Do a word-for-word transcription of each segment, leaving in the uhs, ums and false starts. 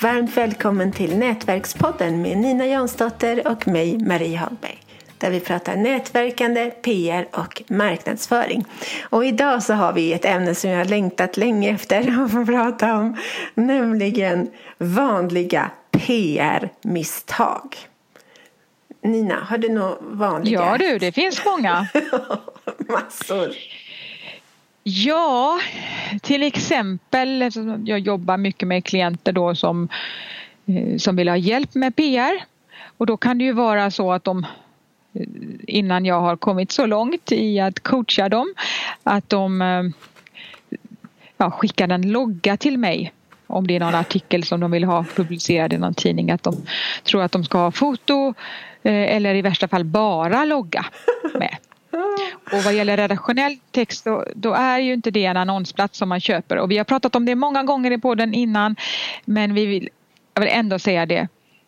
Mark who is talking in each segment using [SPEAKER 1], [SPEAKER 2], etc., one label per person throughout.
[SPEAKER 1] Varmt välkommen till Nätverkspodden med Nina Jansdotter och mig, Marie Hagberg. Där vi pratar nätverkande, P R och marknadsföring. Och idag så har vi ett ämne som jag har längtat länge efter att få prata om. Nämligen vanliga P R-misstag. Nina, har du några vanliga?
[SPEAKER 2] Ja du, det finns många.
[SPEAKER 1] Massor.
[SPEAKER 2] Ja, till exempel, jag jobbar mycket med klienter då som, som vill ha hjälp med P R. Och då kan det ju vara så att de, innan jag har kommit så långt i att coacha dem, att de ja, skickar en logga till mig. Om det är någon artikel som de vill ha publicerad i någon tidning, att de tror att de ska ha foto eller i värsta fall bara logga med. Och vad gäller redaktionell text då, då är ju inte det en annonsplats som man köper. Och vi har pratat om det många gånger i podden innan, men vi vill, jag vill ändå säga det.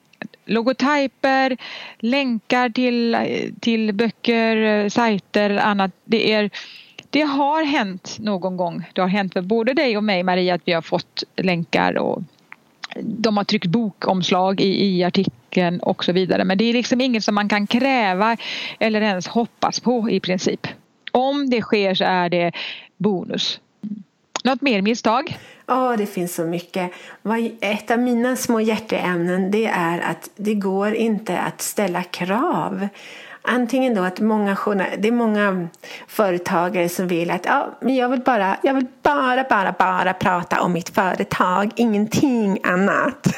[SPEAKER 2] Logotyper, länkar till, till böcker, sajter, annat. Det, är, det har hänt någon gång. Det har hänt för både dig och mig, Maria, att vi har fått länkar och de har tryckt bokomslag i, i artikeln och så vidare. Men det är liksom inget som man kan kräva eller ens hoppas på i princip. Om det sker så är det bonus. Något mer misstag?
[SPEAKER 1] Ja, det finns så mycket. Ett av mina små hjärteämnen, det är att det går inte att ställa krav. Antingen då att många journal- det är många företagare som vill att ja, men jag vill bara jag vill bara bara bara prata om mitt företag, ingenting annat.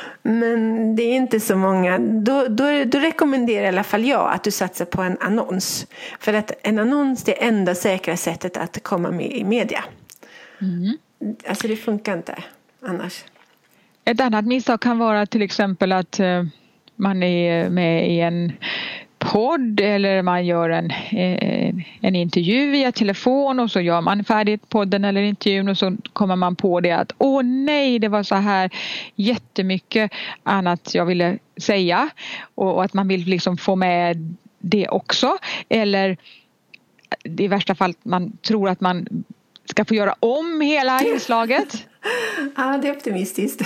[SPEAKER 1] Men det är inte så många. Då, då, då rekommenderar i alla fall jag att du satsar på en annons. För att en annons är det enda säkra sättet att komma med i media. Mm. Alltså det funkar inte annars.
[SPEAKER 2] Ett annat misstag kan vara till exempel att uh, man är med i en podd eller man gör en, en intervju via telefon och så gör man färdigt podden eller intervjun och så kommer man på det att åh nej, det var så här jättemycket annat jag ville säga och, och att man vill liksom få med det också, eller i värsta fall man tror att man ska få göra om hela inslaget.
[SPEAKER 1] Ja, det är optimistiskt.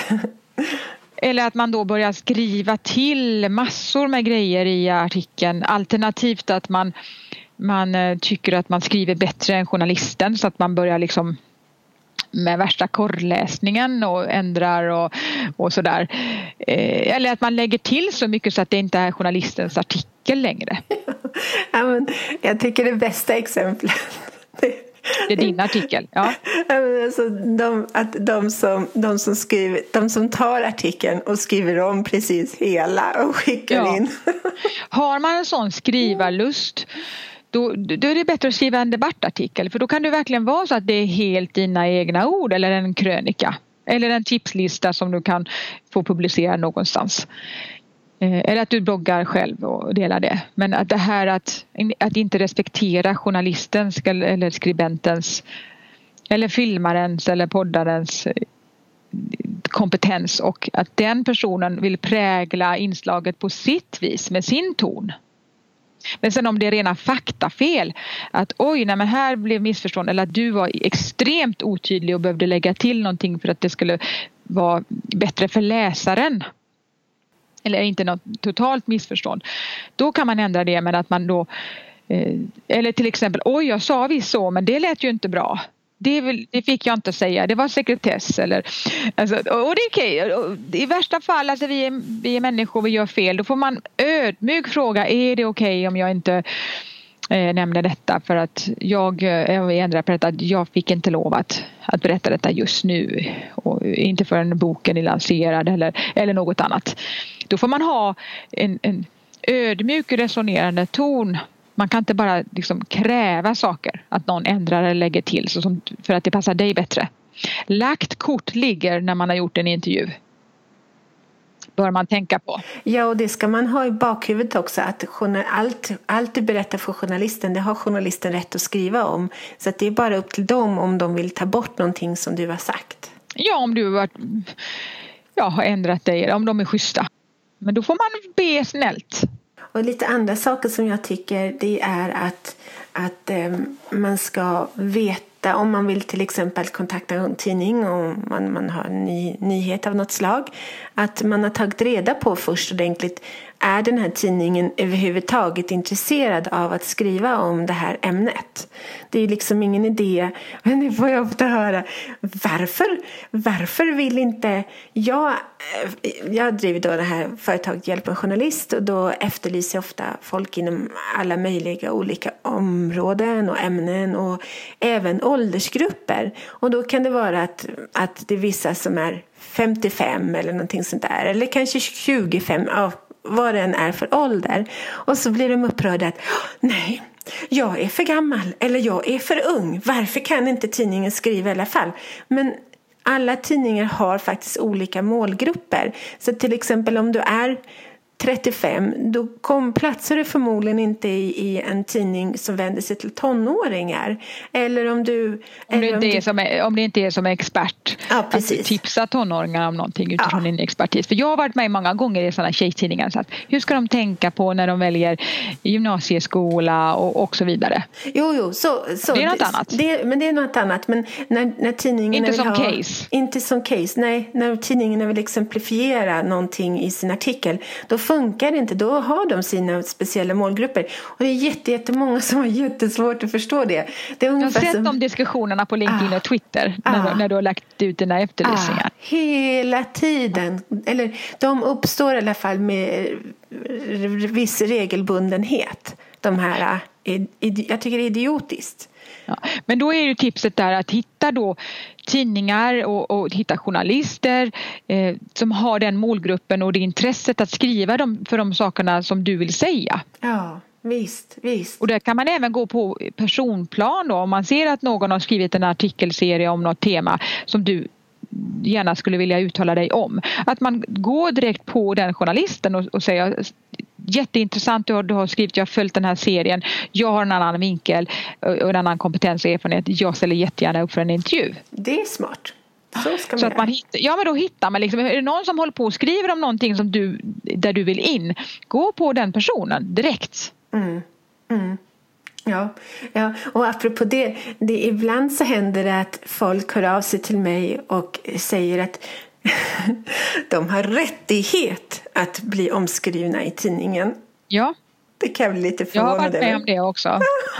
[SPEAKER 2] Eller att man då börjar skriva till massor med grejer i artikeln. Alternativt att man, man tycker att man skriver bättre än journalisten. Så att man börjar liksom med värsta korrläsningen och ändrar och, och sådär. Eller att man lägger till så mycket så att det inte är journalistens artikel längre.
[SPEAKER 1] Ja, men jag tycker det bästa exemplet...
[SPEAKER 2] Det är din artikel, ja.
[SPEAKER 1] Alltså, de, att de, som, de, som skriver, de som tar artikeln och skriver om precis hela och skickar ja. in.
[SPEAKER 2] Har man en sån skrivarlust, då, då är det bättre att skriva en debattartikel. För då kan det verkligen vara så att det är helt dina egna ord eller en krönika. Eller en tipslista som du kan få publicera någonstans. Eller att du bloggar själv och delar det. Men att det här att, att inte respektera journalistens eller skribentens eller filmarens eller poddarens kompetens och att den personen vill prägla inslaget på sitt vis med sin ton. Men sen om det är rena faktafel, att oj, nej men här blev missförstånd eller att du var extremt otydlig och behövde lägga till någonting för att det skulle vara bättre för läsaren. Eller inte något totalt missförstånd. Då kan man ändra det med att man då... Eh, eller till exempel, oj jag sa vi så men det lät ju inte bra. Det, vill, det fick jag inte säga, det var sekretess. Eller, alltså, och det är okej. I värsta fall, alltså, vi, är, vi är människor, vi gör fel. Då får man ödmjuk fråga, är det okej om jag inte eh, nämner detta? För att jag, jag ändrar på detta, att jag fick inte lov att, att berätta detta just nu. Och inte förrän boken är lanserad eller, eller något annat. Då får man ha en, en ödmjuk resonerande ton. Man kan inte bara liksom kräva saker. Att någon ändrar eller lägger till så som, för att det passar dig bättre. Lagt kort ligger när man har gjort en intervju. Bör man tänka på.
[SPEAKER 1] Ja, och det ska man ha i bakhuvudet också. Att allt, allt du berättar för journalisten, det har journalisten rätt att skriva om. Så att det är bara upp till dem om de vill ta bort någonting som du har sagt.
[SPEAKER 2] Ja, om du har, ja, har ändrat dig. Om de är schyssta. Men då får man be snällt.
[SPEAKER 1] Och lite andra saker som jag tycker, det är att, att eh, man ska veta ofta om man vill till exempel kontakta en tidning och man, man har en ny, nyhet av något slag, att man har tagit reda på först ordentligt, är den här tidningen överhuvudtaget intresserad av att skriva om det här ämnet? Det är liksom ingen idé, men det får jag ofta höra. Varför, varför vill inte jag, jag driver då det här företaget Hjälp en journalist, och då efterlyser jag ofta folk inom alla möjliga olika områden och ämnen och även åldersgrupper. Och då kan det vara att, att det är vissa som är femtiofem eller någonting sånt där, eller kanske tjugofem, ja, vad den är för ålder. Och så blir de upprörda att nej, jag är för gammal eller jag är för ung. Varför kan inte tidningen skriva i alla fall? Men alla tidningar har faktiskt olika målgrupper. Så till exempel om du är trettiofem, då kom, platsar du förmodligen inte i, i en tidning som vänder sig till tonåringar. Eller om du...
[SPEAKER 2] Om det,
[SPEAKER 1] eller
[SPEAKER 2] inte,
[SPEAKER 1] om
[SPEAKER 2] är
[SPEAKER 1] du,
[SPEAKER 2] som är, om det inte är som expert,
[SPEAKER 1] ja, precis,
[SPEAKER 2] att tipsa tonåringar om någonting utifrån
[SPEAKER 1] ja.
[SPEAKER 2] din expertis. För jag har varit med många gånger i sådana tjejtidningar. Så att, hur ska de tänka på när de väljer gymnasieskola och, och så vidare?
[SPEAKER 1] Jo, jo. Så, så,
[SPEAKER 2] det är något
[SPEAKER 1] det,
[SPEAKER 2] annat.
[SPEAKER 1] Det, men det är något annat. Men när, när tidningen
[SPEAKER 2] inte
[SPEAKER 1] vill
[SPEAKER 2] som
[SPEAKER 1] ha,
[SPEAKER 2] case.
[SPEAKER 1] Inte som case. Nej, när tidningen vill exemplifiera någonting i sin artikel, då funkar det inte. Då har de sina speciella målgrupper. Och det är jätte, jättemånga som har jättesvårt att förstå det. Det är
[SPEAKER 2] jag har sett
[SPEAKER 1] som...
[SPEAKER 2] de diskussionerna på LinkedIn ah, och Twitter när, ah, när du har lagt ut dina efterlysningar.
[SPEAKER 1] Ah, hela tiden. Eller de uppstår i alla fall med viss regelbundenhet. De här, jag tycker det är idiotiskt.
[SPEAKER 2] Ja, men då är ju tipset där att hitta då tidningar och, och hitta journalister eh, som har den målgruppen och det intresset att skriva dem för de sakerna som du vill säga.
[SPEAKER 1] Ja, visst, visst.
[SPEAKER 2] Och där kan man även gå på personplan då, om man ser att någon har skrivit en artikelserie om något tema som du gärna skulle vilja uttala dig om. Att man går direkt på den journalisten och, och säger jätteintressant, du har, du har skrivit, jag har följt den här serien, jag har en annan vinkel och en annan kompetens och erfarenhet, jag ställer jättegärna upp för en intervju.
[SPEAKER 1] Det är smart. Så ska man
[SPEAKER 2] Så att man hittar, ja men då hittar man liksom, är det någon som håller på och skriver om någonting som du, där du vill in, gå på den personen direkt.
[SPEAKER 1] Mm, mm. Ja, ja, och apropå det, det, ibland så händer det att folk hör av sig till mig och säger att de har rättighet att bli omskrivna i tidningen.
[SPEAKER 2] Ja.
[SPEAKER 1] Det kan jag bli lite förvånad över.
[SPEAKER 2] Jag har varit med om det också.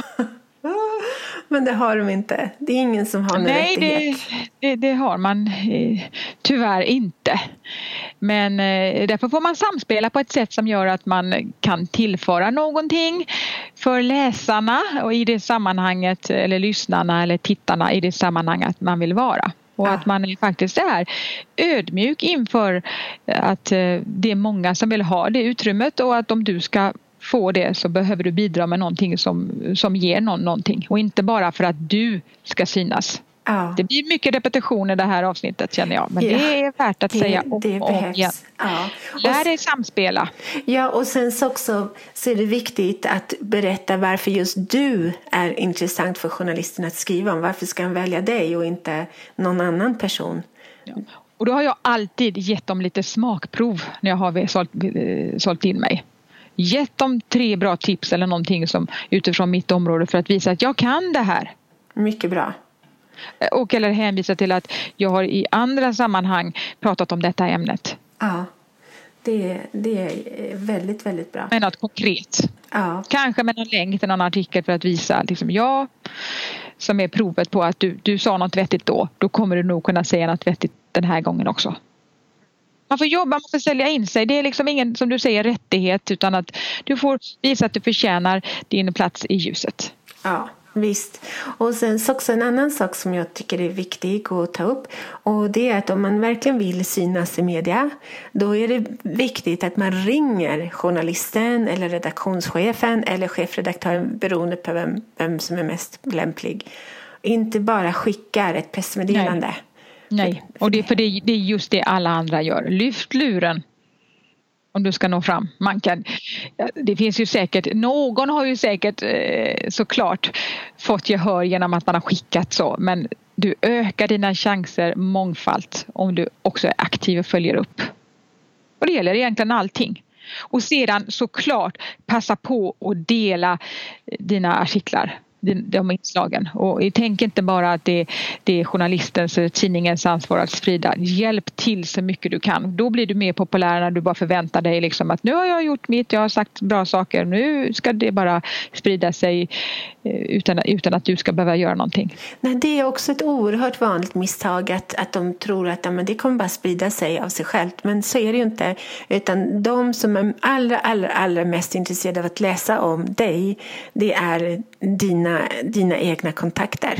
[SPEAKER 1] Men det har de inte. Det är ingen som har någon
[SPEAKER 2] Nej,
[SPEAKER 1] rättighet.
[SPEAKER 2] Det, det, det har man eh, tyvärr inte. Men eh, därför får man samspela på ett sätt som gör att man kan tillföra någonting för läsarna och i det sammanhanget, eller lyssnarna eller tittarna i det sammanhanget man vill vara. Och
[SPEAKER 1] ja.
[SPEAKER 2] Att man faktiskt är ödmjuk inför att det är många som vill ha det utrymmet och att om du ska få det så behöver du bidra med någonting som, som ger någon någonting. Och inte bara för att du ska synas.
[SPEAKER 1] Ja.
[SPEAKER 2] Det blir mycket repetition i det här avsnittet känner jag. Men ja. Det är värt att
[SPEAKER 1] det,
[SPEAKER 2] säga om
[SPEAKER 1] det
[SPEAKER 2] och om igen.
[SPEAKER 1] Ja.
[SPEAKER 2] Lär dig samspela.
[SPEAKER 1] Ja, och sen så också så är det viktigt att berätta varför just du är intressant för journalisten att skriva om. Varför ska han välja dig och inte någon annan person?
[SPEAKER 2] Ja. Och då har jag alltid gett dem lite smakprov när jag har sålt, sålt in mig. Gett dem tre bra tips eller någonting som utifrån mitt område för att visa att jag kan det här.
[SPEAKER 1] Mycket bra.
[SPEAKER 2] Och eller hänvisa till att jag har i andra sammanhang pratat om detta ämnet.
[SPEAKER 1] Ja, det, det är väldigt, väldigt bra.
[SPEAKER 2] Men något konkret.
[SPEAKER 1] Ja.
[SPEAKER 2] Kanske med någon länk till någon artikel för att visa liksom, ja, som är provet på att du, du sa något vettigt då. Då kommer du nog kunna säga något vettigt den här gången också. Man får jobba, man får sälja in sig. Det är liksom ingen, som du säger, rättighet utan att du får visa att du förtjänar din plats i ljuset.
[SPEAKER 1] Ja, visst. Och sen så också en annan sak som jag tycker är viktig att ta upp. Och det är att om man verkligen vill synas i media, då är det viktigt att man ringer journalisten eller redaktionschefen eller chefredaktören beroende på vem, vem som är mest lämplig. Inte bara skickar ett pressmeddelande.
[SPEAKER 2] Nej. Nej, och det, för det, det är just det alla andra gör. Lyft luren om du ska nå fram. Man kan, det finns ju säkert, någon har ju säkert eh, såklart fått gehör genom att man har skickat så. Men du ökar dina chanser mångfalt om du också är aktiv och följer upp. Och det gäller egentligen allting. Och sedan såklart passa på att dela dina artiklar. de inslagen. Och tänk inte bara att det, det är journalistens eller tidningens ansvar att sprida. Hjälp till så mycket du kan. Då blir du mer populär när du bara förväntar dig liksom att nu har jag gjort mitt, jag har sagt bra saker, nu ska det bara sprida sig utan, utan att du ska behöva göra någonting.
[SPEAKER 1] Nej, det är också ett oerhört vanligt misstag att, att de tror att ja, men det kommer bara sprida sig av sig självt. Men så är det ju inte. Utan de som är allra, allra, allra mest intresserade av att läsa om dig, det är dina dina egna kontakter.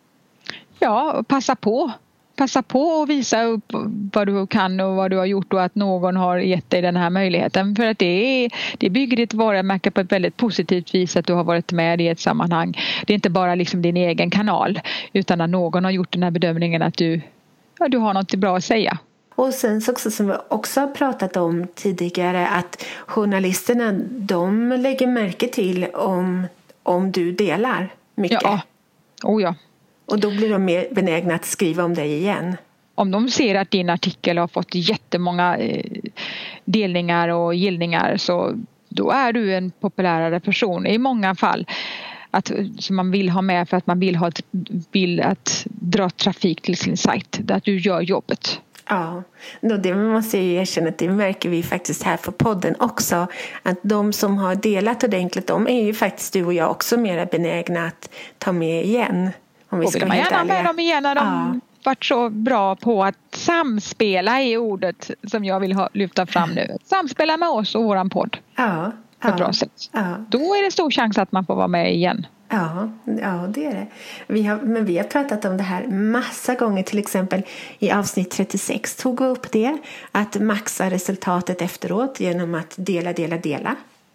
[SPEAKER 2] Ja, passa på. Passa på att visa upp vad du kan och vad du har gjort och att någon har gett dig den här möjligheten. För att det, är, det bygger ditt varumärke på ett väldigt positivt vis att du har varit med i ett sammanhang. Det är inte bara liksom din egen kanal utan att någon har gjort den här bedömningen att du, ja, du har något bra att säga.
[SPEAKER 1] Och sen så också som vi också har pratat om tidigare att journalisterna de lägger märke till om, om du delar mycket.
[SPEAKER 2] Ja, oh ja.
[SPEAKER 1] Och då blir de mer benägna att skriva om dig igen.
[SPEAKER 2] Om de ser att din artikel har fått jättemånga delningar och gillningar så då är du en populärare person i många fall. Att, som man vill ha med för att man vill, ha ett, vill att dra trafik till sin sajt. Att du gör jobbet.
[SPEAKER 1] Ja, det måste jag erkänna att det märker vi faktiskt här för podden också. Att de som har delat ordentligt, de är ju faktiskt du och jag också mer benägna att ta med igen. Om vi
[SPEAKER 2] och vill man gärna med dem igen när de ja. varit så bra på att samspela i ordet som jag vill ha, lyfta fram nu. Samspela med oss och våran podd.
[SPEAKER 1] Ja.
[SPEAKER 2] På ett
[SPEAKER 1] ja.
[SPEAKER 2] bra sätt.
[SPEAKER 1] Ja.
[SPEAKER 2] Då är det stor chans att man får vara med igen.
[SPEAKER 1] Ja, ja det är det. Vi har, men vi har pratat om det här massa gånger. Till exempel i avsnitt trettiosex tog vi upp det. Att maxa resultatet efteråt genom att dela, dela, dela.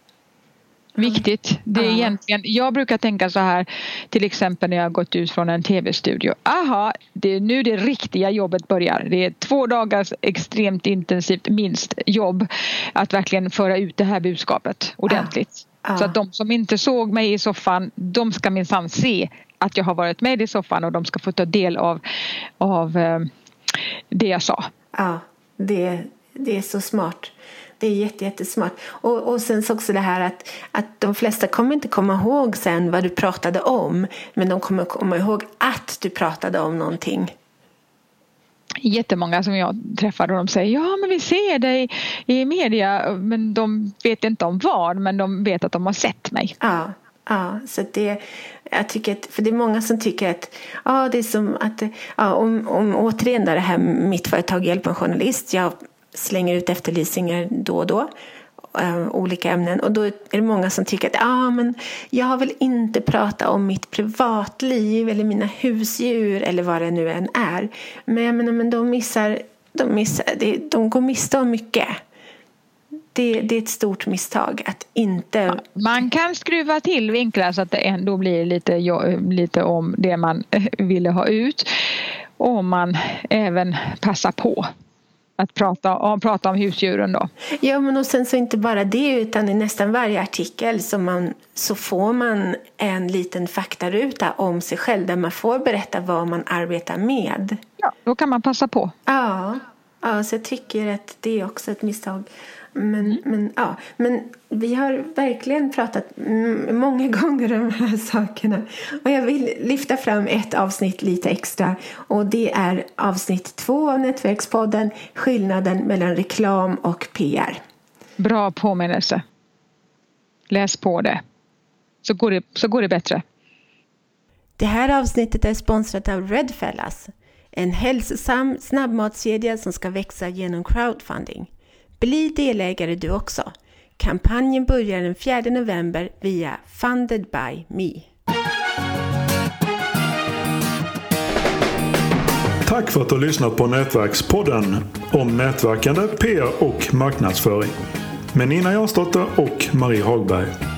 [SPEAKER 2] Viktigt. Det är
[SPEAKER 1] ja.
[SPEAKER 2] egentligen, jag brukar tänka så här, till exempel när jag har gått ut från en tv-studio. Aha, det är nu det riktiga jobbet börjar. Det är två dagars extremt intensivt minst jobb att verkligen föra ut det här budskapet ordentligt. Ja. Ja. Så att de som inte såg mig i soffan, de ska minsann se att jag har varit med i soffan och de ska få ta del av, av eh, det jag sa.
[SPEAKER 1] Ja, det, det är så smart. Det är jätte, jättesmart. Och, och sen så också det här att, att de flesta kommer inte komma ihåg sen vad du pratade om. Men de kommer komma ihåg att du pratade om någonting.
[SPEAKER 2] Jättemånga som jag träffar och de säger ja men vi ser dig i media men de vet inte om vad men de vet att de har sett mig.
[SPEAKER 1] Ja, ja så det jag tycker att, för det är många som tycker att ja det är som att ja, om, om återigen det här mitt företag hjälper en journalist, jag slänger ut efterlysningar då och då äh, olika ämnen och då är det många som tycker att ja men jag har väl inte pratat om mitt privatliv eller mina husdjur eller vad det nu än är, men jag menar men de missar de missar de, de går miste om mycket. Det, det är ett stort misstag att inte...
[SPEAKER 2] Man kan skruva till vinklar så att det ändå blir lite, lite om det man ville ha ut. Om man även passar på att prata om, prata om husdjuren då.
[SPEAKER 1] Ja, men och sen så inte bara det utan i nästan varje artikel så, man, så får man en liten faktaruta om sig själv där man får berätta vad man arbetar med.
[SPEAKER 2] Ja, då kan man passa på.
[SPEAKER 1] Ja, ja så jag tycker att det är också ett misstag. Men, mm. men, ja, men vi har verkligen pratat många gånger om de här sakerna. Och jag vill lyfta fram ett avsnitt lite extra. Och det är avsnitt två av Nätverkspodden. Skillnaden mellan reklam och P R.
[SPEAKER 2] Bra påminnelse. Läs på det. Så går det, så går det bättre.
[SPEAKER 1] Det här avsnittet är sponsrat av Redfellas. En hälsosam snabbmatskedja som ska växa genom crowdfunding. Bli delägare du också. Kampanjen börjar den fjärde november via Funded by Me.
[SPEAKER 3] Tack för att du har lyssnat på Nätverkspodden om nätverkande, P R och marknadsföring. Med Nina Jansdotter och Marie Hagberg.